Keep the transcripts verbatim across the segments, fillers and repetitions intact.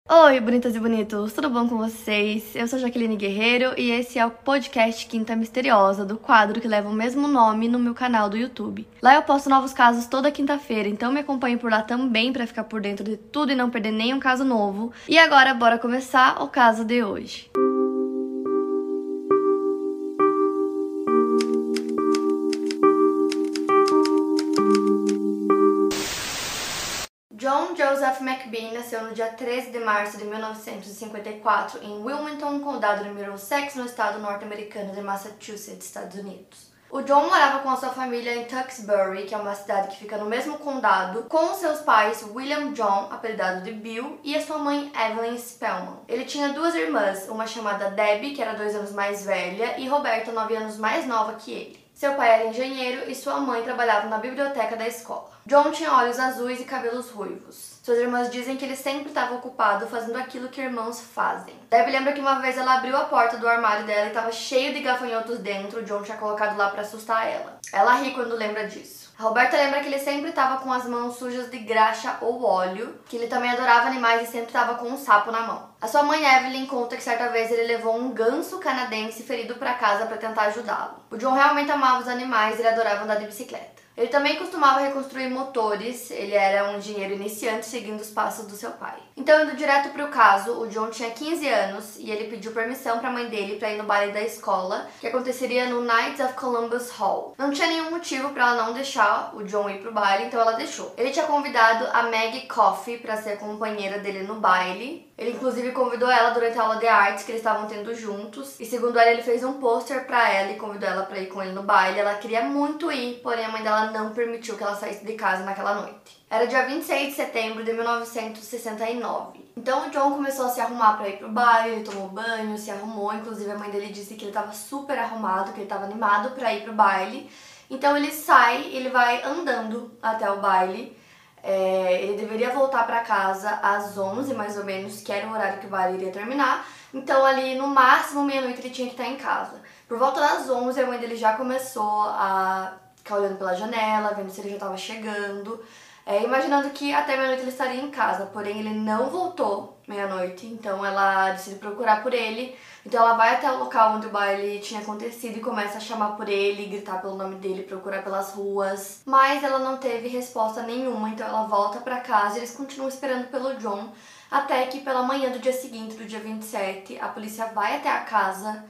Oi, bonitas e bonitos, tudo bom com vocês? Eu sou Jaqueline Guerreiro e esse é o podcast Quinta Misteriosa, do quadro que leva o mesmo nome no meu canal do YouTube. Lá eu posto novos casos toda quinta-feira, então me acompanhe por lá também para ficar por dentro de tudo e não perder nenhum caso novo. E agora, bora começar o caso de hoje. John Joseph McBean nasceu no dia treze de março de mil novecentos e cinquenta e quatro em Wilmington, condado de Middlesex, no estado norte-americano de Massachusetts, Estados Unidos. O John morava com a sua família em Tewksbury, que é uma cidade que fica no mesmo condado, com seus pais William John, apelidado de Bill, e a sua mãe Evelyn Spellman. Ele tinha duas irmãs, uma chamada Debbie, que era dois anos mais velha, e Roberta, nove anos mais nova que ele. Seu pai era engenheiro e sua mãe trabalhava na biblioteca da escola. John tinha olhos azuis e cabelos ruivos. Suas irmãs dizem que ele sempre estava ocupado fazendo aquilo que irmãos fazem. Debbie lembra que uma vez ela abriu a porta do armário dela e estava cheio de gafanhotos dentro. John tinha colocado lá para assustar ela. Ela ri quando lembra disso. A Roberta lembra que ele sempre estava com as mãos sujas de graxa ou óleo, que ele também adorava animais e sempre estava com um sapo na mão. A sua mãe Evelyn conta que certa vez ele levou um ganso canadense ferido para casa para tentar ajudá-lo. O John realmente amava os animais e ele adorava andar de bicicleta. Ele também costumava reconstruir motores, ele era um engenheiro iniciante seguindo os passos do seu pai. Então, indo direto para o caso, o John tinha quinze anos e ele pediu permissão para a mãe dele para ir no baile da escola, que aconteceria no Knights of Columbus Hall. Não tinha nenhum motivo para ela não deixar o John ir pro baile, então ela deixou. Ele tinha convidado a Maggie Coffey para ser a companheira dele no baile. Ele inclusive convidou ela durante a aula de artes que eles estavam tendo juntos. E segundo ela, ele fez um pôster para ela e convidou ela para ir com ele no baile. Ela queria muito ir, porém a mãe dela não permitiu que ela saísse de casa naquela noite. Era dia vinte e seis de setembro de mil novecentos e sessenta e nove. Então o John começou a se arrumar para ir pro baile, ele tomou banho, se arrumou. Inclusive a mãe dele disse que ele estava super arrumado, que ele estava animado para ir pro baile. Então ele sai, ele vai andando até o baile. É, ele deveria voltar para casa às onze, mais ou menos, que era o horário que o baile iria terminar. Então ali no máximo meia-noite ele tinha que estar em casa. Por volta das onze a mãe dele já começou a ficar olhando pela janela, vendo se ele já estava chegando, é, imaginando que até meia-noite ele estaria em casa. Porém ele não voltou meia-noite, então ela decide procurar por ele. Então ela vai até o local onde o baile tinha acontecido e começa a chamar por ele, gritar pelo nome dele, procurar pelas ruas. Mas ela não teve resposta nenhuma, então ela volta pra casa e eles continuam esperando pelo John. Até que pela manhã do dia seguinte, do dia vinte e sete, a polícia vai até a casa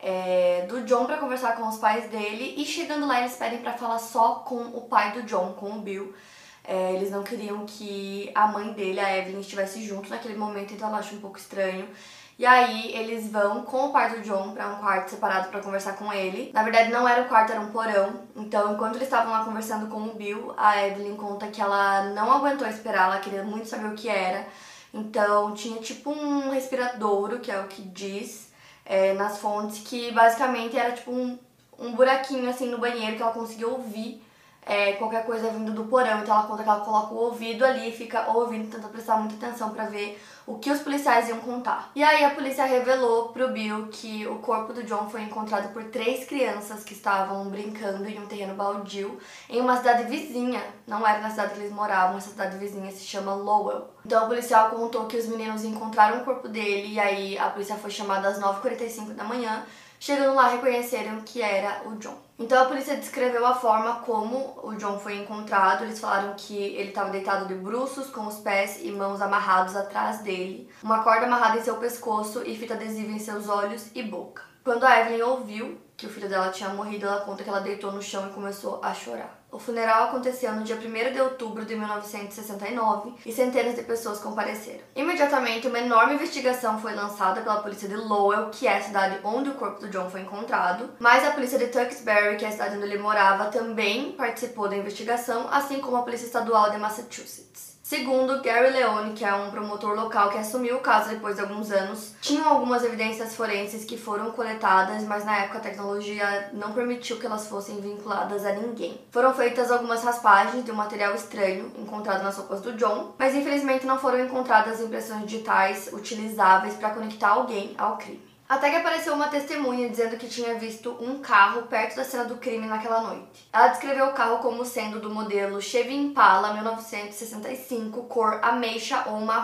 é, do John pra conversar com os pais dele. E chegando lá eles pedem pra falar só com o pai do John, com o Bill. É, eles não queriam que a mãe dele, a Evelyn, estivesse junto naquele momento, então ela acha um pouco estranho. E aí eles vão com o pai do John para um quarto separado para conversar com ele. Na verdade não era um quarto, era um porão. Então enquanto eles estavam lá conversando com o Bill, a Evelyn conta que ela não aguentou esperar, ela queria muito saber o que era. Então tinha tipo um respiradouro, que é o que diz é, nas fontes, que basicamente era tipo um, um buraquinho assim no banheiro que ela conseguia ouvir É, qualquer coisa vindo do porão. Então ela conta que ela coloca o ouvido ali e fica ouvindo, tenta prestar muita atenção pra ver o que os policiais iam contar. E aí a polícia revelou pro Bill que o corpo do John foi encontrado por três crianças que estavam brincando em um terreno baldio em uma cidade vizinha. Não era na cidade que eles moravam, essa cidade vizinha se chama Lowell. Então o policial contou que os meninos encontraram o corpo dele e aí a polícia foi chamada às nove e quarenta e cinco da manhã. Chegando lá, reconheceram que era o John. Então a polícia descreveu a forma como o John foi encontrado. Eles falaram que ele estava deitado de bruços, com os pés e mãos amarrados atrás dele, uma corda amarrada em seu pescoço e fita adesiva em seus olhos e boca. Quando a Evelyn ouviu que o filho dela tinha morrido, ela conta que ela deitou no chão e começou a chorar. O funeral aconteceu no dia primeiro de outubro de mil novecentos e sessenta e nove e centenas de pessoas compareceram. Imediatamente, uma enorme investigação foi lançada pela polícia de Lowell, que é a cidade onde o corpo do John foi encontrado, mas a polícia de Tewksbury, que é a cidade onde ele morava, também participou da investigação, assim como a polícia estadual de Massachusetts. Segundo Gary Leone, que é um promotor local que assumiu o caso depois de alguns anos, tinham algumas evidências forenses que foram coletadas, mas na época a tecnologia não permitiu que elas fossem vinculadas a ninguém. Foram feitas algumas raspagens de um material estranho encontrado nas roupas do John, mas infelizmente não foram encontradas impressões digitais utilizáveis para conectar alguém ao crime. Até que apareceu uma testemunha dizendo que tinha visto um carro perto da cena do crime naquela noite. Ela descreveu o carro como sendo do modelo Chevy Impala mil novecentos e sessenta e cinco, cor ameixa ou marrom.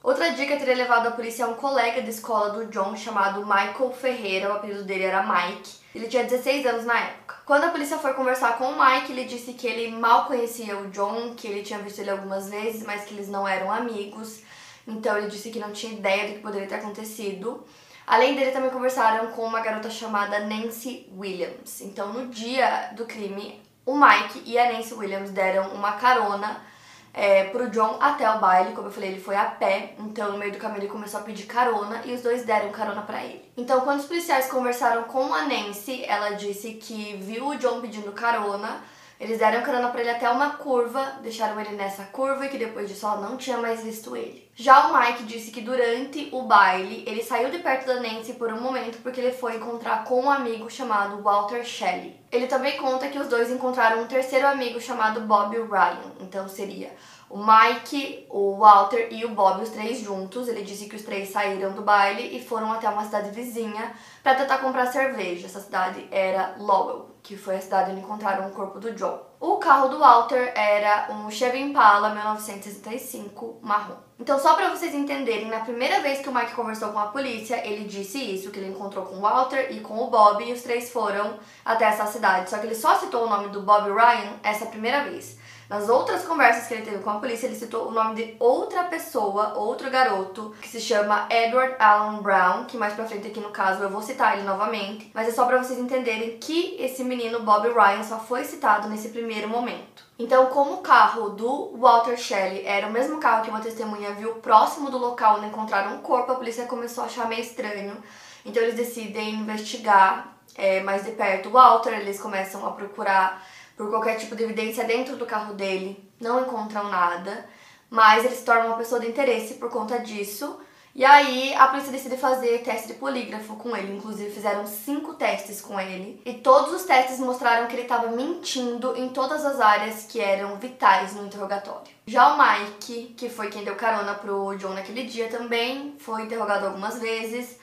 Outra dica teria levado a polícia a um colega da escola do John chamado Michael Ferreira, o apelido dele era Mike. Ele tinha dezesseis anos na época. Quando a polícia foi conversar com o Mike, ele disse que ele mal conhecia o John, que ele tinha visto ele algumas vezes, mas que eles não eram amigos. Então ele disse que não tinha ideia do que poderia ter acontecido. Além dele, também conversaram com uma garota chamada Nancy Williams. Então, no dia do crime, o Mike e a Nancy Williams deram uma carona é, pro John até o baile. Como eu falei, ele foi a pé, então no meio do caminho ele começou a pedir carona e os dois deram carona pra ele. Então, quando os policiais conversaram com a Nancy, ela disse que viu o John pedindo carona. Eles deram carona pra ele até uma curva, deixaram ele nessa curva e que depois disso ela não tinha mais visto ele. Já o Mike disse que durante o baile, ele saiu de perto da Nancy por um momento porque ele foi encontrar com um amigo chamado Walter Shelley. Ele também conta que os dois encontraram um terceiro amigo chamado Bob Ryan, então seria o Mike, o Walter e o Bob, os três juntos. Ele disse que os três saíram do baile e foram até uma cidade vizinha para tentar comprar cerveja. Essa cidade era Lowell, que foi a cidade onde encontraram o corpo do John. O carro do Walter era um Chevy Impala mil novecentos e sessenta e cinco marrom. Então, só para vocês entenderem, na primeira vez que o Mike conversou com a polícia, ele disse isso, que ele encontrou com o Walter e com o Bob, e os três foram até essa cidade. Só que ele só citou o nome do Bob Ryan essa primeira vez. Nas outras conversas que ele teve com a polícia, ele citou o nome de outra pessoa, outro garoto, que se chama Edward Allen Brown, que mais pra frente aqui no caso eu vou citar ele novamente, mas é só pra vocês entenderem que esse menino Bob Ryan só foi citado nesse primeiro momento. Então, como o carro do Walter Shelley era o mesmo carro que uma testemunha viu próximo do local onde encontraram o corpo, a polícia começou a achar meio estranho. Então eles decidem investigar é, mais de perto o Walter, eles começam a procurar por qualquer tipo de evidência dentro do carro dele, não encontram nada, mas ele se torna uma pessoa de interesse por conta disso. E aí a polícia decide fazer teste de polígrafo com ele, inclusive fizeram cinco testes com ele, e todos os testes mostraram que ele estava mentindo em todas as áreas que eram vitais no interrogatório. Já o Mike, que foi quem deu carona pro John naquele dia também, foi interrogado algumas vezes,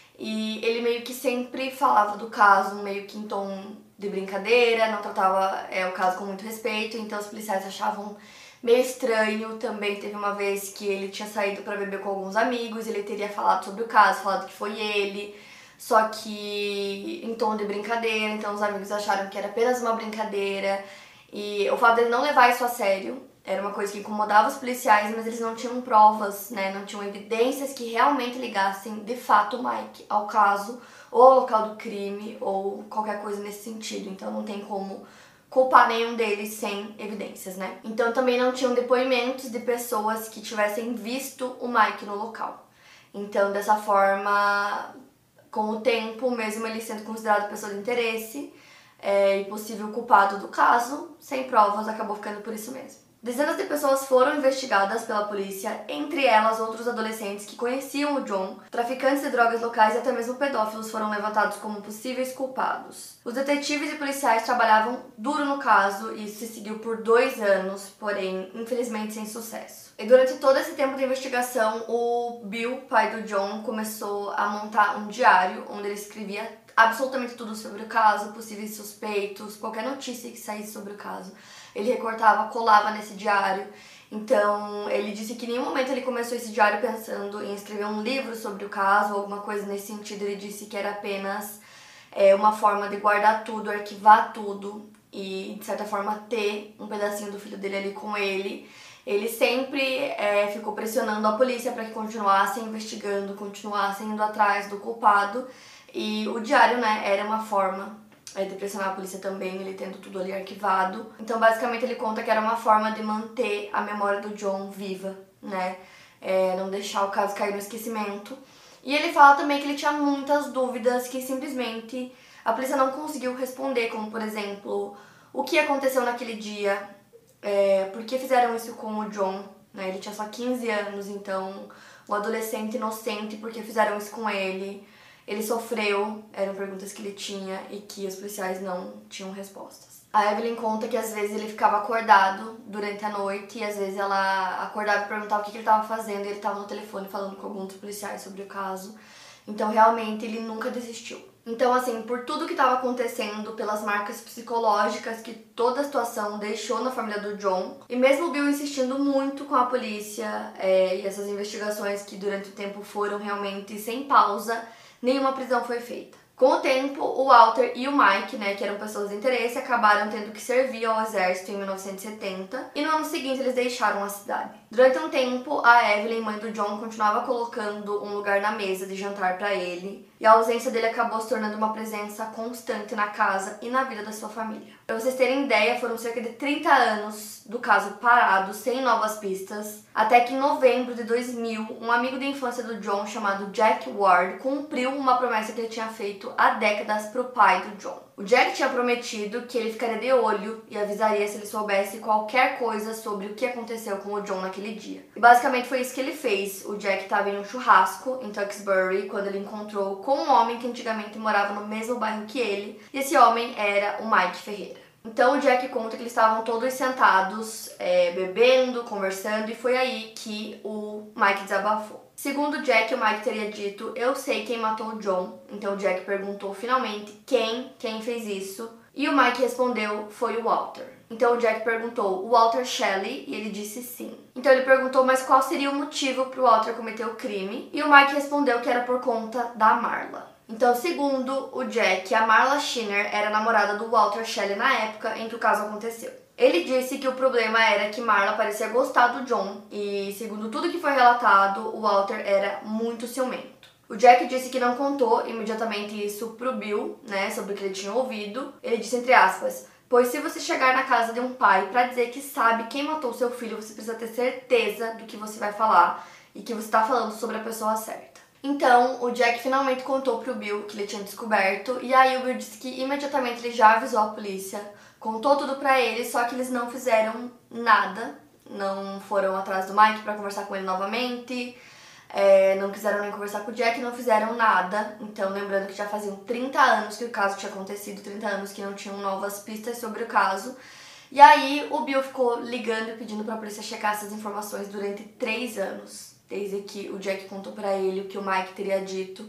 e ele meio que sempre falava do caso, meio que em tom de brincadeira, não tratava é, o caso com muito respeito, então os policiais achavam meio estranho. Também teve uma vez que ele tinha saído para beber com alguns amigos, ele teria falado sobre o caso, falado que foi ele, só que em tom de brincadeira, então os amigos acharam que era apenas uma brincadeira, e o fato dele não levar isso a sério era uma coisa que incomodava os policiais, mas eles não tinham provas, né, não tinham evidências que realmente ligassem de fato o Mike ao caso, ou ao local do crime, ou qualquer coisa nesse sentido. Então não tem como culpar nenhum deles sem evidências, né? Então também não tinham depoimentos de pessoas que tivessem visto o Mike no local. Então, dessa forma, com o tempo, mesmo ele sendo considerado pessoa de interesse é, e possível culpado do caso, sem provas, acabou ficando por isso mesmo. Dezenas de pessoas foram investigadas pela polícia, entre elas outros adolescentes que conheciam o John, traficantes de drogas locais e até mesmo pedófilos foram levantados como possíveis culpados. Os detetives e policiais trabalhavam duro no caso e isso se seguiu por dois anos, porém, infelizmente, sem sucesso. E durante todo esse tempo de investigação, o Bill, pai do John, começou a montar um diário onde ele escrevia absolutamente tudo sobre o caso, possíveis suspeitos, qualquer notícia que saísse sobre o caso. Ele recortava, colava nesse diário. Então, ele disse que em nenhum momento ele começou esse diário pensando em escrever um livro sobre o caso ou alguma coisa nesse sentido. Ele disse que era apenas é, uma forma de guardar tudo, arquivar tudo e, de certa forma, ter um pedacinho do filho dele ali com ele. Ele sempre é, ficou pressionando a polícia para que continuassem investigando, continuassem indo atrás do culpado. E o diário, né, era uma forma é, de pressionar a polícia também, ele tendo tudo ali arquivado. Então, basicamente, ele conta que era uma forma de manter a memória do John viva, né, é, não deixar o caso cair no esquecimento. E ele fala também que ele tinha muitas dúvidas que simplesmente a polícia não conseguiu responder, como, por exemplo, o que aconteceu naquele dia, é, por que fizeram isso com o John, né, ele tinha só quinze anos, então, um adolescente inocente, por que fizeram isso com ele? Ele sofreu, eram perguntas que ele tinha e que os policiais não tinham respostas. A Evelyn conta que às vezes ele ficava acordado durante a noite e às vezes ela acordava e perguntava o que ele estava fazendo e ele estava no telefone falando com alguns policiais sobre o caso. Então realmente ele nunca desistiu. Então, assim, por tudo que estava acontecendo, pelas marcas psicológicas que toda a situação deixou na família do John, e mesmo o Bill insistindo muito com a polícia é, e essas investigações que durante o tempo foram realmente sem pausa, nenhuma prisão foi feita. Com o tempo, o Walter e o Mike, né, que eram pessoas de interesse, acabaram tendo que servir ao exército em mil novecentos e setenta, e no ano seguinte eles deixaram a cidade. Durante um tempo, a Evelyn, mãe do John, continuava colocando um lugar na mesa de jantar para ele, e a ausência dele acabou se tornando uma presença constante na casa e na vida da sua família. Pra vocês terem ideia, foram cerca de trinta anos do caso parado, sem novas pistas, até que em novembro de dois mil, um amigo de infância do John, chamado Jack Ward, cumpriu uma promessa que ele tinha feito há décadas pro pai do John. O Jack tinha prometido que ele ficaria de olho e avisaria se ele soubesse qualquer coisa sobre o que aconteceu com o John naquele dia. E basicamente foi isso que ele fez. O Jack estava em um churrasco em Tewksbury quando ele encontrou com um homem que antigamente morava no mesmo bairro que ele, e esse homem era o Mike Ferreira. Então o Jack conta que eles estavam todos sentados, é, bebendo, conversando, e foi aí que o Mike desabafou. Segundo o Jack, o Mike teria dito: eu sei quem matou o John. Então o Jack perguntou finalmente quem, quem fez isso, e o Mike respondeu: foi o Walter. Então o Jack perguntou: o Walter Shelley? E ele disse sim. Então ele perguntou: mas qual seria o motivo para o Walter cometer o crime? E o Mike respondeu que era por conta da Marla. Então, segundo o Jack, a Marla Schinner era namorada do Walter Shelley na época em que o caso aconteceu. Ele disse que o problema era que Marla parecia gostar do John e, segundo tudo que foi relatado, o Walter era muito ciumento. O Jack disse que não contou imediatamente isso pro Bill, né, sobre o que ele tinha ouvido. Ele disse, entre aspas, pois se você chegar na casa de um pai pra dizer que sabe quem matou seu filho, você precisa ter certeza do que você vai falar e que você tá falando sobre a pessoa certa. Então, o Jack finalmente contou pro Bill que ele tinha descoberto, e aí o Bill disse que imediatamente ele já avisou a polícia, contou tudo pra eles, só que eles não fizeram nada, não foram atrás do Mike pra conversar com ele novamente, é, não quiseram nem conversar com o Jack, não fizeram nada. Então, lembrando que já faziam trinta anos que o caso tinha acontecido, trinta anos que não tinham novas pistas sobre o caso. E aí o Bill ficou ligando e pedindo pra polícia checar essas informações durante três anos. Desde que o Jack contou pra ele o que o Mike teria dito.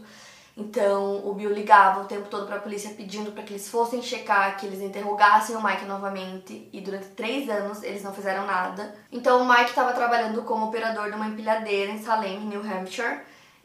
Então o Bill ligava o tempo todo pra polícia pedindo pra que eles fossem checar, que eles interrogassem o Mike novamente. E durante três anos eles não fizeram nada. Então o Mike estava trabalhando como operador de uma empilhadeira em Salem, New Hampshire.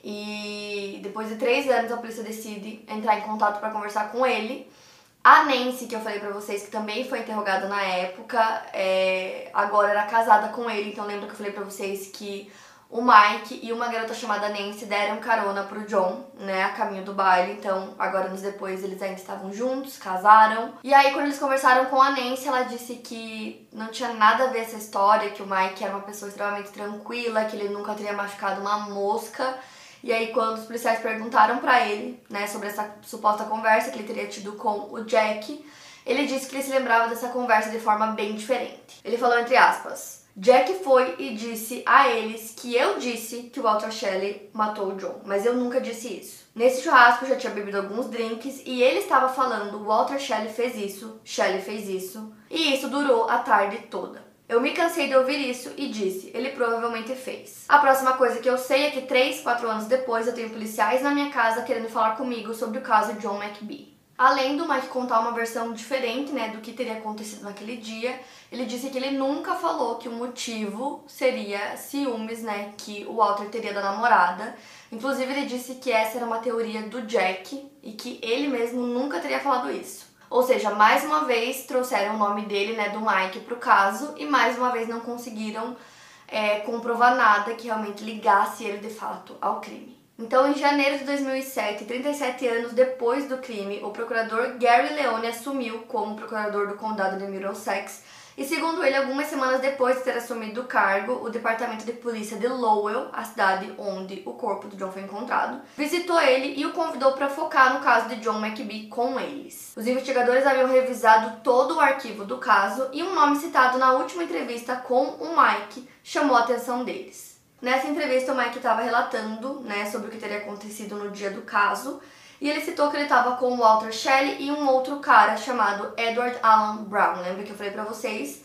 E depois de três anos a polícia decide entrar em contato pra conversar com ele. A Nancy, que eu falei pra vocês, que também foi interrogada na época, é... agora era casada com ele. Então lembra que eu falei pra vocês que o Mike e uma garota chamada Nancy deram carona pro John, né, a caminho do baile. Então, agora anos depois, eles ainda estavam juntos, casaram. E aí, quando eles conversaram com a Nancy, ela disse que não tinha nada a ver essa história, que o Mike era uma pessoa extremamente tranquila, que ele nunca teria machucado uma mosca. E aí, quando os policiais perguntaram pra ele, né, sobre essa suposta conversa que ele teria tido com o Jack, ele disse que ele se lembrava dessa conversa de forma bem diferente. Ele falou, entre aspas, Jack foi e disse a eles que eu disse que o Walter Shelley matou o John, mas eu nunca disse isso. Nesse churrasco eu já tinha bebido alguns drinks e ele estava falando, Walter Shelley fez isso, Shelley fez isso, e isso durou a tarde toda. Eu me cansei de ouvir isso e disse, ele provavelmente fez. A próxima coisa que eu sei é que três, quatro anos depois eu tenho policiais na minha casa querendo falar comigo sobre o caso John McBee. Além do Mike contar uma versão diferente, né, do que teria acontecido naquele dia, ele disse que ele nunca falou que o motivo seria ciúmes, né, que o Walter teria da namorada. Inclusive, ele disse que essa era uma teoria do Jack e que ele mesmo nunca teria falado isso. Ou seja, mais uma vez trouxeram o nome dele, né, do Mike pro caso e mais uma vez não conseguiram é, comprovar nada que realmente ligasse ele de fato ao crime. Então, em janeiro de dois mil e sete, trinta e sete anos depois do crime, o procurador Gary Leone assumiu como procurador do condado de Middlesex e, segundo ele, algumas semanas depois de ter assumido o cargo, o departamento de polícia de Lowell, a cidade onde o corpo do John foi encontrado, visitou ele e o convidou para focar no caso de John McBee com eles. Os investigadores haviam revisado todo o arquivo do caso e um nome citado na última entrevista com o Mike chamou a atenção deles. Nessa entrevista, o Mike estava relatando, né, sobre o que teria acontecido no dia do caso, e ele citou que ele estava com o Walter Shelley e um outro cara chamado Edward Allen Brown. Lembra que eu falei pra vocês?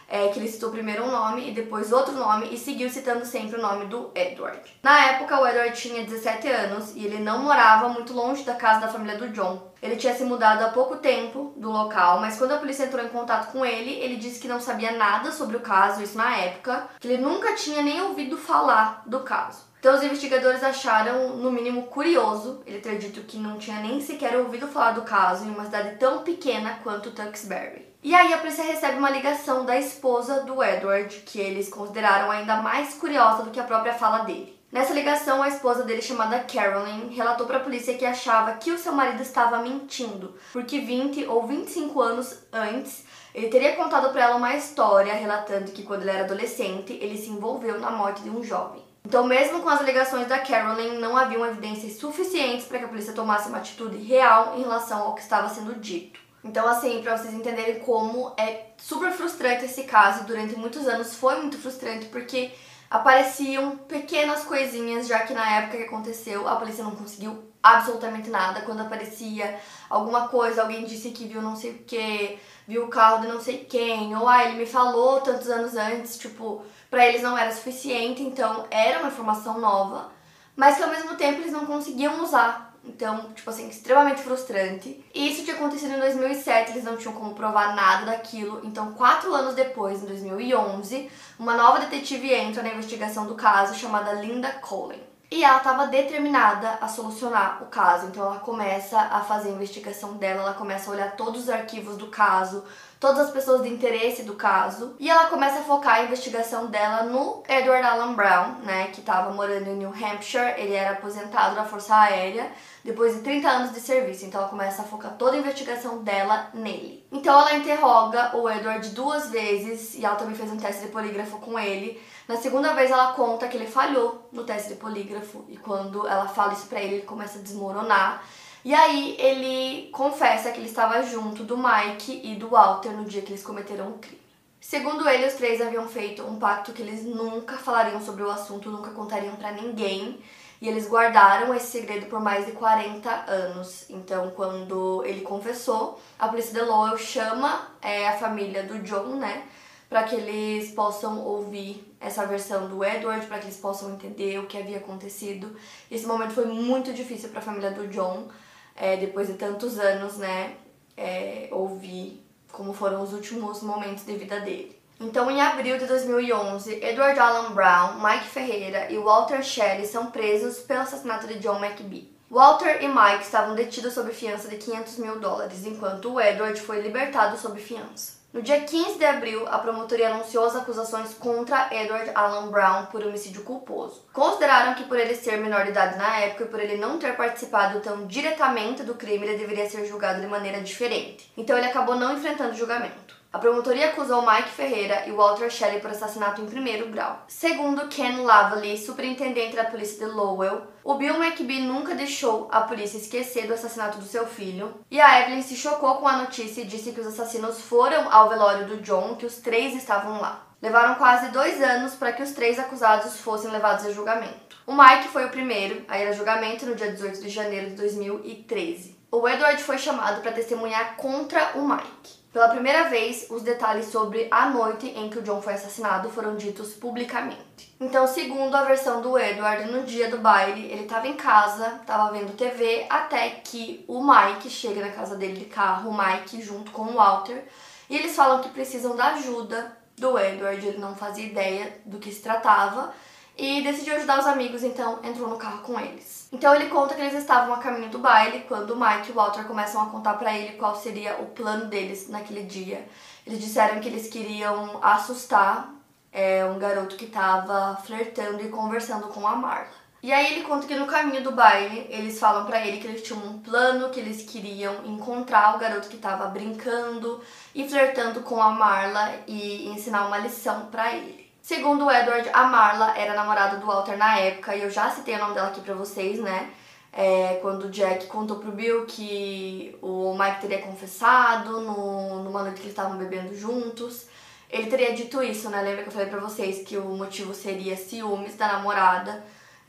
é, que ele citou primeiro um nome e depois outro nome e seguiu citando sempre o nome do Edward. Na época, o Edward tinha dezessete anos e ele não morava muito longe da casa da família do John. Ele tinha se mudado há pouco tempo do local, mas quando a polícia entrou em contato com ele, ele disse que não sabia nada sobre o caso, isso na época, que ele nunca tinha nem ouvido falar do caso. Então os investigadores acharam, no mínimo, curioso ele ter dito que não tinha nem sequer ouvido falar do caso em uma cidade tão pequena quanto Tewksbury. E aí a polícia recebe uma ligação da esposa do Edward, que eles consideraram ainda mais curiosa do que a própria fala dele. Nessa ligação, a esposa dele, chamada Carolyn, relatou para a polícia que achava que o seu marido estava mentindo, porque vinte ou vinte e cinco anos antes, ele teria contado para ela uma história relatando que quando ele era adolescente, ele se envolveu na morte de um jovem. Então, mesmo com as alegações da Carolyn, não haviam evidências suficientes para que a polícia tomasse uma atitude real em relação ao que estava sendo dito. Então, assim, para vocês entenderem como é super frustrante esse caso, durante muitos anos foi muito frustrante, porque apareciam pequenas coisinhas, já que na época que aconteceu a polícia não conseguiu absolutamente nada. Quando aparecia alguma coisa, alguém disse que viu não sei o que, viu o carro de não sei quem, ou ah, ele me falou tantos anos antes, tipo, pra eles não era suficiente, então era uma informação nova, mas que ao mesmo tempo eles não conseguiam usar. Então, tipo assim, extremamente frustrante. E isso tinha acontecido em dois mil e sete, eles não tinham como provar nada daquilo. Então, quatro anos depois, em dois mil e onze, uma nova detetive entra na investigação do caso, chamada Linda Colen. E ela estava determinada a solucionar o caso. Então, ela começa a fazer a investigação dela, ela começa a olhar todos os arquivos do caso, todas as pessoas de interesse do caso, e ela começa a focar a investigação dela no Edward Allen Brown, né, que estava morando em New Hampshire. Ele era aposentado da Força Aérea depois de trinta anos de serviço, então ela começa a focar toda a investigação dela nele. Então ela interroga o Edward duas vezes e ela também fez um teste de polígrafo com ele. Na segunda vez ela conta que ele falhou no teste de polígrafo e quando ela fala isso pra ele, ele começa a desmoronar. E aí ele confessa que ele estava junto do Mike e do Walter no dia que eles cometeram o crime. Segundo ele, os três haviam feito um pacto que eles nunca falariam sobre o assunto, nunca contariam pra ninguém. E eles guardaram esse segredo por mais de quarenta anos. Então, quando ele confessou, a polícia de Lowell chama é, a família do John, né? Para que eles possam ouvir essa versão do Edward, para que eles possam entender o que havia acontecido. Esse momento foi muito difícil para a família do John, é, depois de tantos anos, né, é, ouvir como foram os últimos momentos de vida dele. Então, em abril de dois mil e onze, Edward Allen Brown, Mike Ferreira e Walter Shelley são presos pelo assassinato de John McBee. Walter e Mike estavam detidos sob fiança de quinhentos mil dólares, enquanto o Edward foi libertado sob fiança. No dia quinze de abril, a promotoria anunciou as acusações contra Edward Allen Brown por homicídio culposo. Consideraram que por ele ser menor de idade na época e por ele não ter participado tão diretamente do crime, ele deveria ser julgado de maneira diferente. Então ele acabou não enfrentando julgamento. A promotoria acusou Mike Ferreira e Walter Shelley por assassinato em primeiro grau. Segundo Ken Lavallee, superintendente da polícia de Lowell, o Bill McBee nunca deixou a polícia esquecer do assassinato do seu filho, e a Evelyn se chocou com a notícia e disse que os assassinos foram ao velório do John, que os três estavam lá. Levaram quase dois anos para que os três acusados fossem levados a julgamento. O Mike foi o primeiro a ir a julgamento no dia dezoito de janeiro de dois mil e treze. O Edward foi chamado para testemunhar contra o Mike. Pela primeira vez, os detalhes sobre a noite em que o John foi assassinado foram ditos publicamente. Então, segundo a versão do Edward, no dia do baile, ele estava em casa, estava vendo T V, até que o Mike chega na casa dele de carro, o Mike junto com o Walter, e eles falam que precisam da ajuda do Edward. Ele não fazia ideia do que se tratava e decidiu ajudar os amigos, então entrou no carro com eles. Então ele conta que eles estavam a caminho do baile quando o Mike e o Walter começam a contar pra ele qual seria o plano deles naquele dia. Eles disseram que eles queriam assustar é, um garoto que estava flertando e conversando com a Marla. E aí ele conta que no caminho do baile eles falam pra ele que eles tinham um plano, que eles queriam encontrar o garoto que estava brincando e flertando com a Marla e ensinar uma lição pra ele. Segundo o Edward, a Marla era namorada do Walter na época, e eu já citei o nome dela aqui pra vocês, né? É, quando o Jack contou pro Bill que o Mike teria confessado no, numa noite que eles estavam bebendo juntos. Ele teria dito isso, né? Lembra que eu falei pra vocês que o motivo seria ciúmes da namorada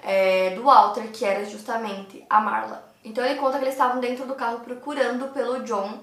é, do Walter, que era justamente a Marla. Então ele conta que eles estavam dentro do carro procurando pelo John,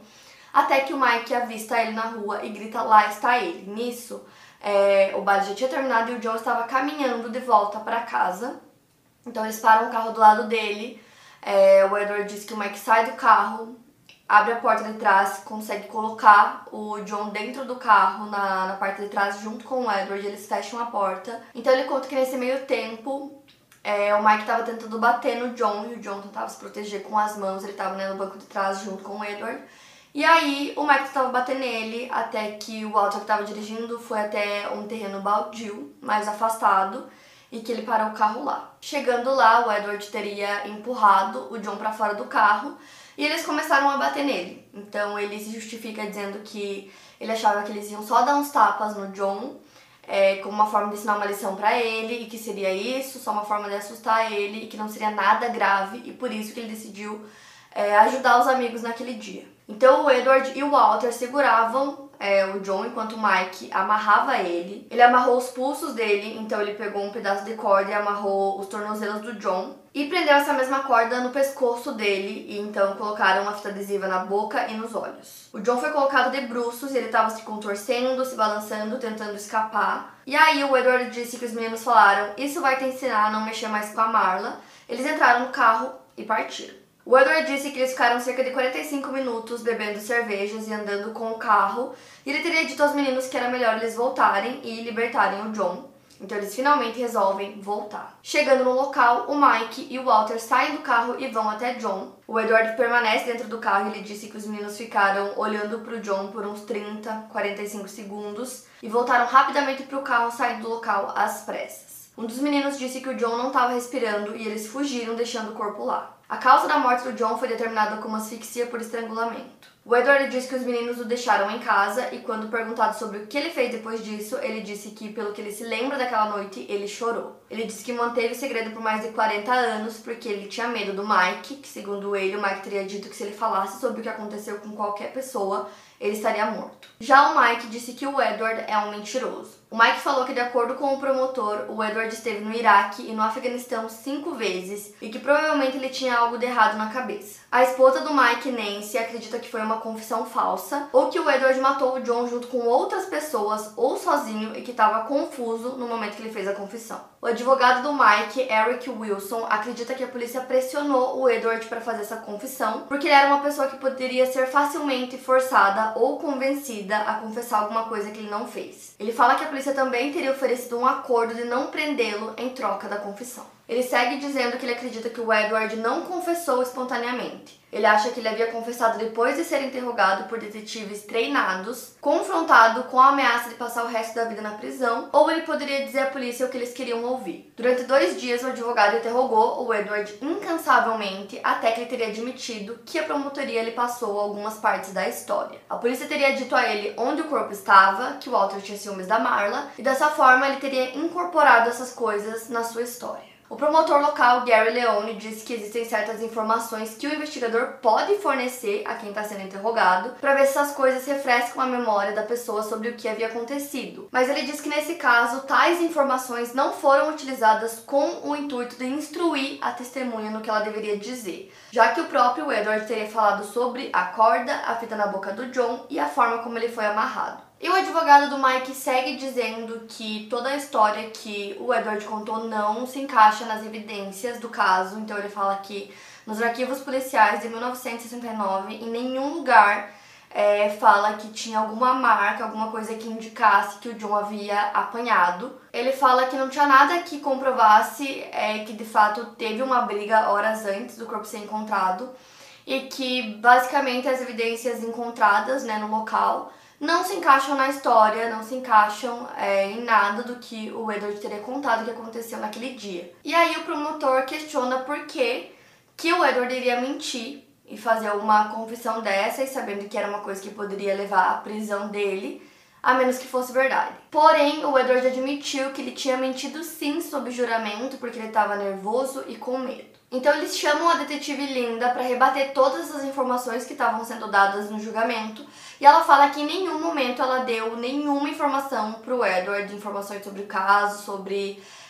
até que o Mike avista ele na rua e grita: lá está ele. Nisso, é, o baile já tinha terminado e o John estava caminhando de volta para casa. Então eles param o carro do lado dele, é, o Edward diz que o Mike sai do carro, abre a porta de trás, consegue colocar o John dentro do carro, na, na parte de trás, junto com o Edward, eles fecham a porta. Então ele conta que nesse meio tempo, é, o Mike estava tentando bater no John, e o John tentava se proteger com as mãos, ele estava, né, no banco de trás junto com o Edward. E aí o Mike tentava bater nele, até que o Walter, que estava dirigindo, foi até um terreno baldio, mais afastado, e que ele parou o carro lá. Chegando lá, o Edward teria empurrado o John para fora do carro e eles começaram a bater nele. Então ele se justifica dizendo que ele achava que eles iam só dar uns tapas no John, é, como uma forma de ensinar uma lição para ele, e que seria isso, só uma forma de assustar ele, e que não seria nada grave, e por isso que ele decidiu é, ajudar os amigos naquele dia. Então o Edward e o Walter seguravam É, o John, enquanto o Mike amarrava ele. Ele amarrou os pulsos dele, então ele pegou um pedaço de corda e amarrou os tornozelos do John. E prendeu essa mesma corda no pescoço dele, e então colocaram uma fita adesiva na boca e nos olhos. O John foi colocado de bruços e ele estava se contorcendo, se balançando, tentando escapar. E aí o Edward disse que os meninos falaram: isso vai te ensinar a não mexer mais com a Marla. Eles entraram no carro e partiram. O Edward disse que eles ficaram cerca de quarenta e cinco minutos bebendo cervejas e andando com o carro, e ele teria dito aos meninos que era melhor eles voltarem e libertarem o John. Então eles finalmente resolvem voltar. Chegando no local, o Mike e o Walter saem do carro e vão até John. O Edward permanece dentro do carro e ele disse que os meninos ficaram olhando para o John por uns trinta, quarenta e cinco segundos e voltaram rapidamente para o carro, saindo do local às pressas. Um dos meninos disse que o John não estava respirando e eles fugiram, deixando o corpo lá. A causa da morte do John foi determinada como asfixia por estrangulamento. O Edward disse que os meninos o deixaram em casa e, quando perguntado sobre o que ele fez depois disso, ele disse que, pelo que ele se lembra daquela noite, ele chorou. Ele disse que manteve o segredo por mais de quarenta anos porque ele tinha medo do Mike, que, segundo ele, o Mike teria dito que se ele falasse sobre o que aconteceu com qualquer pessoa, ele estaria morto. Já o Mike disse que o Edward é um mentiroso. O Mike falou que, de acordo com o promotor, o Edward esteve no Iraque e no Afeganistão cinco vezes e que provavelmente ele tinha algo de errado na cabeça. A esposa do Mike, Nancy, acredita que foi uma confissão falsa ou que o Edward matou o John junto com outras pessoas ou sozinho e que estava confuso no momento que ele fez a confissão. O advogado do Mike, Eric Wilson, acredita que a polícia pressionou o Edward para fazer essa confissão porque ele era uma pessoa que poderia ser facilmente forçada ou convencida a confessar alguma coisa que ele não fez. Ele fala que a polícia também teria oferecido um acordo de não prendê-lo em troca da confissão. Ele segue dizendo que ele acredita que o Edward não confessou espontaneamente. Ele acha que ele havia confessado depois de ser interrogado por detetives treinados, confrontado com a ameaça de passar o resto da vida na prisão, ou ele poderia dizer à polícia o que eles queriam ouvir. Durante dois dias, o advogado interrogou o Edward incansavelmente até que ele teria admitido que a promotoria lhe passou algumas partes da história. A polícia teria dito a ele onde o corpo estava, que o Walter tinha ciúmes da Marla, e dessa forma ele teria incorporado essas coisas na sua história. O promotor local, Gary Leone, disse que existem certas informações que o investigador pode fornecer a quem está sendo interrogado para ver se essas coisas refrescam a memória da pessoa sobre o que havia acontecido. Mas ele disse que nesse caso, tais informações não foram utilizadas com o intuito de instruir a testemunha no que ela deveria dizer, já que o próprio Edward teria falado sobre a corda, a fita na boca do John e a forma como ele foi amarrado. E o advogado do Mike segue dizendo que toda a história que o Edward contou não se encaixa nas evidências do caso. Então ele fala que nos arquivos policiais de mil novecentos e sessenta e nove, em nenhum lugar é, fala que tinha alguma marca, alguma coisa que indicasse que o John havia apanhado. Ele fala que não tinha nada que comprovasse é, que de fato teve uma briga horas antes do corpo ser encontrado e que basicamente as evidências encontradas, né, no local não se encaixam na história, não se encaixam é, em nada do que o Edward teria contado que aconteceu naquele dia. E aí o promotor questiona por que, que o Edward iria mentir e fazer uma confissão dessas, sabendo que era uma coisa que poderia levar à prisão dele, a menos que fosse verdade. Porém, o Edward admitiu que ele tinha mentido sim sob juramento, porque ele estava nervoso e com medo. Então eles chamam a detetive Linda para rebater todas as informações que estavam sendo dadas no julgamento, e ela fala que em nenhum momento ela deu nenhuma informação para o Edward, informações sobre o caso, sobre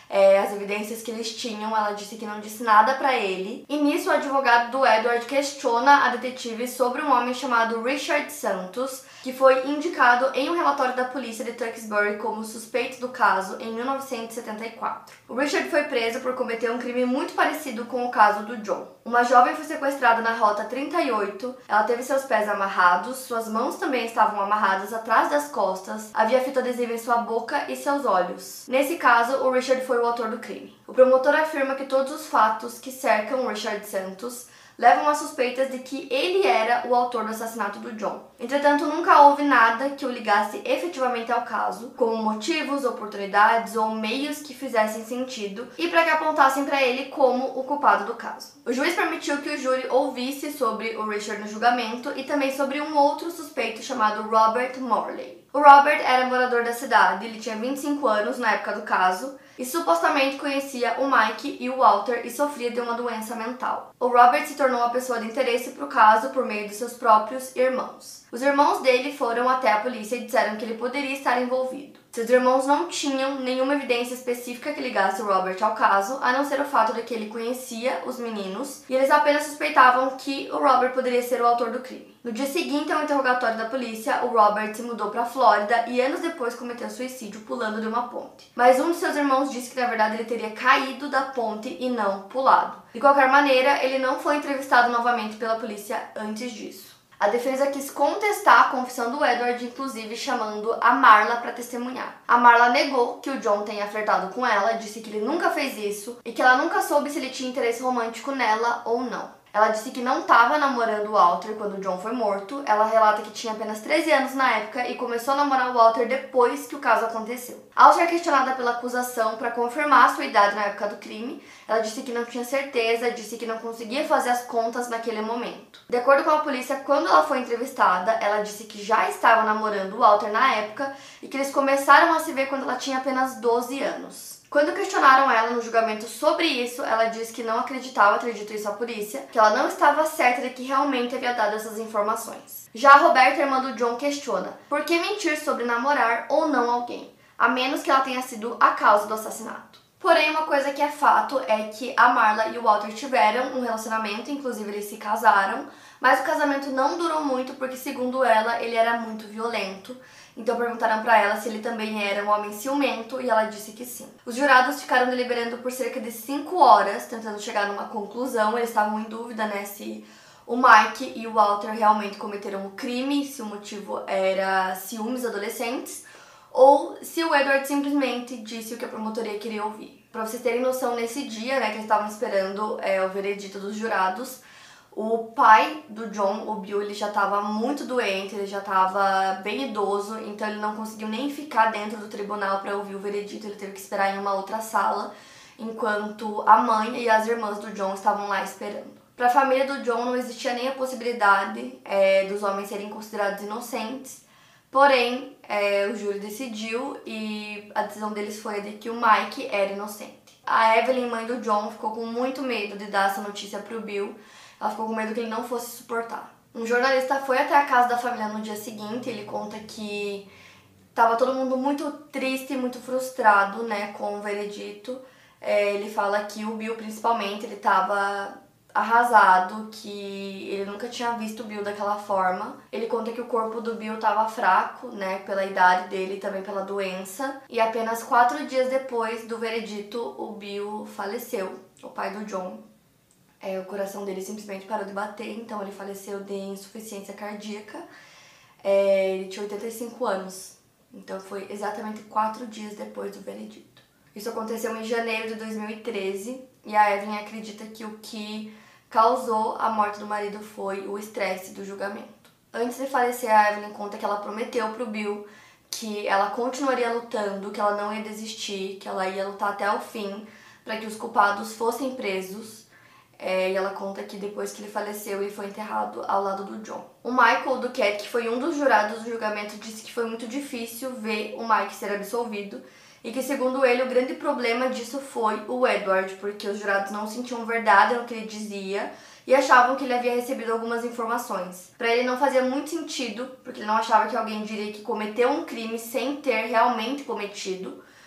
é, as evidências que eles tinham. Ela disse que não disse nada pra ele. E nisso o advogado do Edward questiona a detetive sobre um homem chamado Richard Santos, que foi indicado em um relatório da polícia de Tewksbury como suspeito do caso em mil novecentos e setenta e quatro. O Richard foi preso por cometer um crime muito parecido com o caso do John. Uma jovem foi sequestrada na Rota trinta e oito, ela teve seus pés amarrados, suas mãos também estavam amarradas atrás das costas, havia fita adesiva em sua boca e seus olhos. Nesse caso, o Richard foi o autor do crime. O promotor afirma que todos os fatos que cercam o Richard Santos levam a suspeitas de que ele era o autor do assassinato do John. Entretanto, nunca houve nada que o ligasse efetivamente ao caso, como motivos, oportunidades ou meios que fizessem sentido e para que apontassem para ele como o culpado do caso. O juiz permitiu que o júri ouvisse sobre o Richard no julgamento e também sobre um outro suspeito chamado Robert Morley. O Robert era morador da cidade, ele tinha vinte e cinco anos na época do caso e supostamente conhecia o Mike e o Walter e sofria de uma doença mental. O Robert se tornou uma pessoa de interesse para o caso por meio de seus próprios irmãos. Os irmãos dele foram até a polícia e disseram que ele poderia estar envolvido. Seus irmãos não tinham nenhuma evidência específica que ligasse o Robert ao caso, a não ser o fato de que ele conhecia os meninos, e eles apenas suspeitavam que o Robert poderia ser o autor do crime. No dia seguinte ao interrogatório da polícia, o Robert se mudou para a Flórida e anos depois cometeu suicídio pulando de uma ponte. Mas um de seus irmãos disse que na verdade ele teria caído da ponte e não pulado. De qualquer maneira, ele não foi entrevistado novamente pela polícia antes disso. A defesa quis contestar a confissão do Edward, inclusive chamando a Marla para testemunhar. A Marla negou que o John tenha flertado com ela, disse que ele nunca fez isso e que ela nunca soube se ele tinha interesse romântico nela ou não. Ela disse que não estava namorando o Walter quando o John foi morto. Ela relata que tinha apenas treze anos na época e começou a namorar o Walter depois que o caso aconteceu. Ao ser questionada pela acusação para confirmar sua idade na época do crime, ela disse que não tinha certeza, disse que não conseguia fazer as contas naquele momento. De acordo com a polícia, quando ela foi entrevistada, ela disse que já estava namorando o Walter na época e que eles começaram a se ver quando ela tinha apenas doze anos. Quando questionaram ela no julgamento sobre isso, ela disse que não acreditava ter dito isso à polícia, que ela não estava certa de que realmente havia dado essas informações. Já a Roberta, irmã do John, questiona por que mentir sobre namorar ou não alguém, a menos que ela tenha sido a causa do assassinato. Porém, uma coisa que é fato é que a Marla e o Walter tiveram um relacionamento, inclusive eles se casaram, mas o casamento não durou muito porque, segundo ela, ele era muito violento. Então perguntaram pra ela se ele também era um homem ciumento e ela disse que sim. Os jurados ficaram deliberando por cerca de cinco horas, tentando chegar numa conclusão. Eles estavam em dúvida, né, se o Mike e o Walter realmente cometeram o crime, se o motivo era ciúmes adolescentes, ou se o Edward simplesmente disse o que a promotoria queria ouvir. Pra vocês terem noção, nesse dia, né, que eles estavam esperando é, o veredito dos jurados, o pai do John, o Bill, ele já estava muito doente, ele já estava bem idoso, então ele não conseguiu nem ficar dentro do tribunal para ouvir o veredito, ele teve que esperar em uma outra sala, enquanto a mãe e as irmãs do John estavam lá esperando. Para a família do John não existia nem a possibilidade é, dos homens serem considerados inocentes, porém é, o júri decidiu e a decisão deles foi a de que o Mike era inocente. A Evelyn, mãe do John, ficou com muito medo de dar essa notícia para o Bill. Ela ficou com medo que ele não fosse suportar. Um jornalista foi até a casa da família no dia seguinte. Ele conta que estava todo mundo muito triste e muito frustrado, né, com o veredito. É, ele fala que o Bill, principalmente, ele estava arrasado, que ele nunca tinha visto o Bill daquela forma. Ele conta que o corpo do Bill estava fraco, né, pela idade dele e também pela doença. E apenas quatro dias depois do veredito, o Bill faleceu, o pai do John. É, o coração dele simplesmente parou de bater, então ele faleceu de insuficiência cardíaca. É, ele tinha oitenta e cinco anos, então foi exatamente quatro dias depois do veredito. Isso aconteceu em janeiro de dois mil e treze e a Evelyn acredita que o que causou a morte do marido foi o estresse do julgamento. Antes de falecer, a Evelyn conta que ela prometeu pro Bill que ela continuaria lutando, que ela não ia desistir, que ela ia lutar até o fim para que os culpados fossem presos. É, e ela conta que depois que ele faleceu, ele foi enterrado ao lado do John. O Michael Duquette, que foi um dos jurados do julgamento, disse que foi muito difícil ver o Mike ser absolvido e que, segundo ele, o grande problema disso foi o Edward, porque os jurados não sentiam verdade no que ele dizia e achavam que ele havia recebido algumas informações. Para ele não fazia muito sentido, porque ele não achava que alguém diria que cometeu um crime sem ter realmente cometido.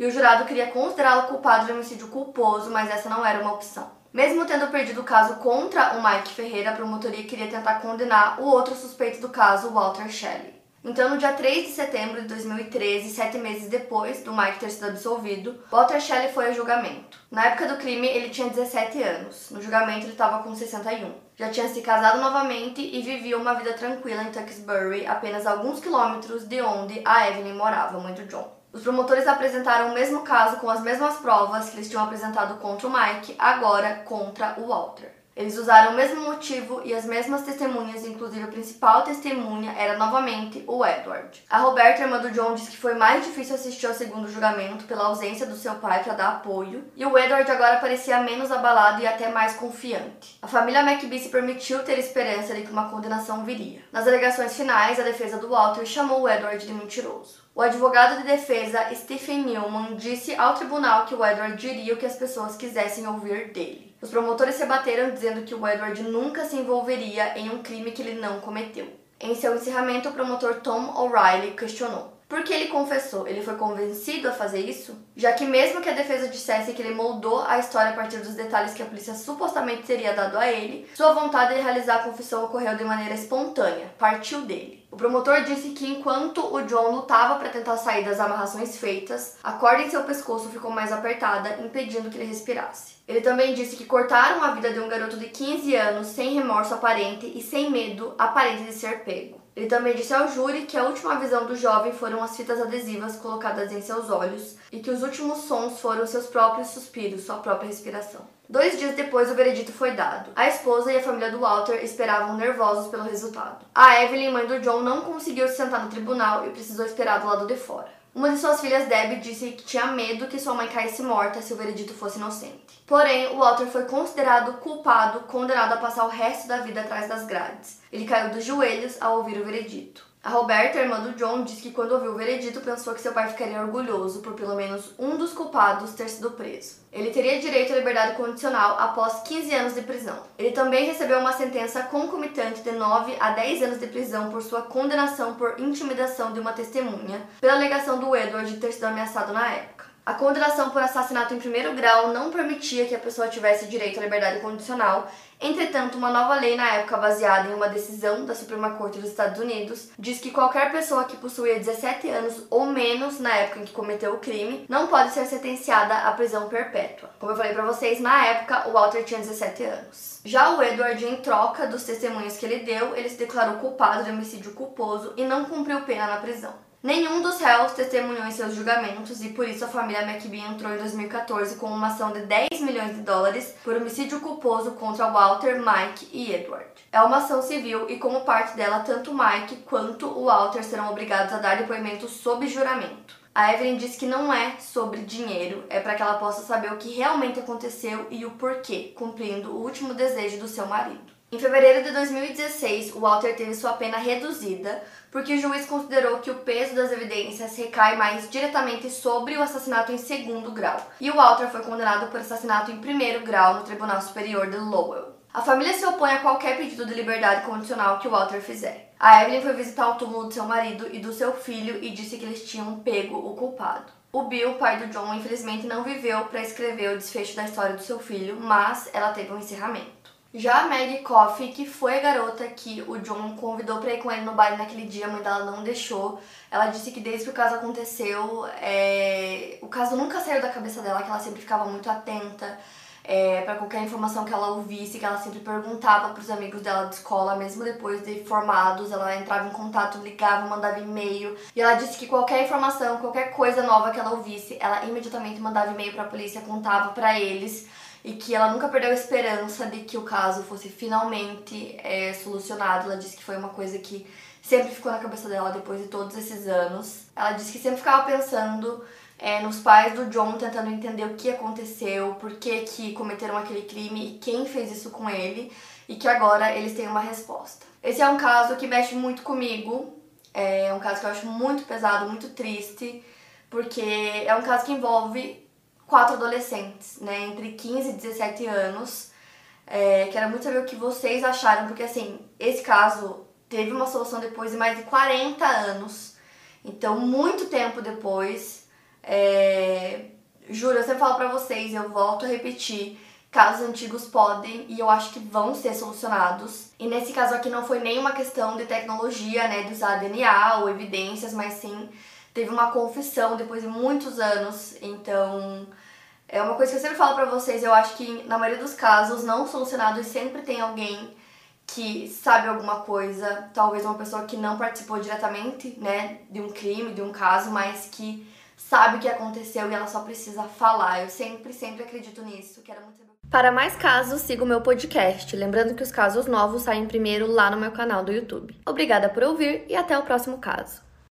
e o jurado queria considerá-lo culpado de homicídio culposo, mas essa não era uma opção. Mesmo tendo perdido o caso contra o Mike Ferreira, a promotoria queria tentar condenar o outro suspeito do caso, Walter Shelley. Então, no dia três de setembro de dois mil e treze, sete meses depois do Mike ter sido absolvido, Walter Shelley foi a julgamento. Na época do crime, ele tinha dezessete anos. No julgamento, ele estava com sessenta e um. Já tinha se casado novamente e vivia uma vida tranquila em Tewksbury, apenas alguns quilômetros de onde a Evelyn morava, mãe do John. Os promotores apresentaram o mesmo caso com as mesmas provas que eles tinham apresentado contra o Mike, agora contra o Walter. Eles usaram o mesmo motivo e as mesmas testemunhas, inclusive a principal testemunha era novamente o Edward. A Roberta, irmã do John, disse que foi mais difícil assistir ao segundo julgamento pela ausência do seu pai para dar apoio, e o Edward agora parecia menos abalado e até mais confiante. A família McBee se permitiu ter esperança de que uma condenação viria. Nas alegações finais, a defesa do Walter chamou o Edward de mentiroso. O advogado de defesa, Stephen Newman, disse ao tribunal que o Edward diria o que as pessoas quisessem ouvir dele. Os promotores se bateram dizendo que o Edward nunca se envolveria em um crime que ele não cometeu. Em seu encerramento, o promotor Tom O'Reilly questionou: por que ele confessou? Ele foi convencido a fazer isso? Já que mesmo que a defesa dissesse que ele moldou a história a partir dos detalhes que a polícia supostamente teria dado a ele, sua vontade de realizar a confissão ocorreu de maneira espontânea, partiu dele. O promotor disse que enquanto o John lutava para tentar sair das amarrações feitas, a corda em seu pescoço ficou mais apertada, impedindo que ele respirasse. Ele também disse que cortaram a vida de um garoto de quinze anos sem remorso aparente e sem medo aparente de ser pego. Ele também disse ao júri que a última visão do jovem foram as fitas adesivas colocadas em seus olhos e que os últimos sons foram seus próprios suspiros, sua própria respiração. Dois dias depois, o veredito foi dado. A esposa e a família do Walter esperavam nervosos pelo resultado. A Evelyn, mãe do John, não conseguiu se sentar no tribunal e precisou esperar do lado de fora. Uma de suas filhas, Debbie, disse que tinha medo que sua mãe caísse morta se o veredito fosse inocente. Porém, o Walter foi considerado culpado, condenado a passar o resto da vida atrás das grades. Ele caiu dos joelhos ao ouvir o veredito. A Roberta, irmã do John, disse que quando ouviu o veredito pensou que seu pai ficaria orgulhoso por pelo menos um dos culpados ter sido preso. Ele teria direito à liberdade condicional após quinze anos de prisão. Ele também recebeu uma sentença concomitante de nove a dez anos de prisão por sua condenação por intimidação de uma testemunha, pela alegação do Edward de ter sido ameaçado na época. A condenação por assassinato em primeiro grau não permitia que a pessoa tivesse direito à liberdade condicional. Entretanto, uma nova lei na época, baseada em uma decisão da Suprema Corte dos Estados Unidos, diz que qualquer pessoa que possuía dezessete anos ou menos na época em que cometeu o crime não pode ser sentenciada à prisão perpétua. Como eu falei pra vocês, na época o Walter tinha dezessete anos. Já o Edward, em troca dos testemunhos que ele deu, ele se declarou culpado de homicídio culposo e não cumpriu pena na prisão. Nenhum dos réus testemunhou em seus julgamentos e por isso a família McBee entrou em dois mil e quatorze com uma ação de dez milhões de dólares por homicídio culposo contra Walter, Mike e Edward. É uma ação civil e como parte dela, tanto Mike quanto o Walter serão obrigados a dar depoimento sob juramento. A Evelyn disse que não é sobre dinheiro, é para que ela possa saber o que realmente aconteceu e o porquê, cumprindo o último desejo do seu marido. Em fevereiro de dois mil e dezesseis, o Walter teve sua pena reduzida porque o juiz considerou que o peso das evidências recai mais diretamente sobre o assassinato em segundo grau, e o Walter foi condenado por assassinato em primeiro grau no Tribunal Superior de Lowell. A família se opõe a qualquer pedido de liberdade condicional que o Walter fizer. A Evelyn foi visitar o túmulo do seu marido e do seu filho e disse que eles tinham pego o culpado. O Bill, pai do John, infelizmente não viveu para escrever o desfecho da história do seu filho, mas ela teve um encerramento. Já a Maggie Coffey, que foi a garota que o John convidou para ir com ele no baile naquele dia, a mãe dela não deixou. Ela disse que desde que o caso aconteceu, é... o caso nunca saiu da cabeça dela, que ela sempre ficava muito atenta é, para qualquer informação que ela ouvisse, que ela sempre perguntava para os amigos dela de escola, mesmo depois de formados, ela entrava em contato, ligava, mandava e-mail. E ela disse que qualquer informação, qualquer coisa nova que ela ouvisse, ela imediatamente mandava e-mail para a polícia, contava para eles. E que ela nunca perdeu a esperança de que o caso fosse finalmente é, solucionado. Ela disse que foi uma coisa que sempre ficou na cabeça dela depois de todos esses anos. Ela disse que sempre ficava pensando é, nos pais do John, tentando entender o que aconteceu, por que que cometeram aquele crime e quem fez isso com ele, e que agora eles têm uma resposta. Esse é um caso que mexe muito comigo, é um caso que eu acho muito pesado, muito triste, porque é um caso que envolve quatro adolescentes, né, entre quinze e dezessete anos. É, quero muito saber o que vocês acharam, porque assim, esse caso teve uma solução depois de mais de quarenta anos, então muito tempo depois, É... Juro, eu sempre falo pra vocês, eu volto a repetir, casos antigos podem e eu acho que vão ser solucionados. E nesse caso aqui não foi nenhuma questão de tecnologia, né, de usar D N A ou evidências, mas sim teve uma confissão depois de muitos anos. Então, é uma coisa que eu sempre falo pra vocês, eu acho que na maioria dos casos não solucionados sempre tem alguém que sabe alguma coisa, talvez uma pessoa que não participou diretamente, né, de um crime, de um caso, mas que sabe o que aconteceu e ela só precisa falar. Eu sempre, sempre acredito nisso. Quero muito saber. Para mais casos, siga o meu podcast. Lembrando que os casos novos saem primeiro lá no meu canal do YouTube. Obrigada por ouvir e até o próximo caso.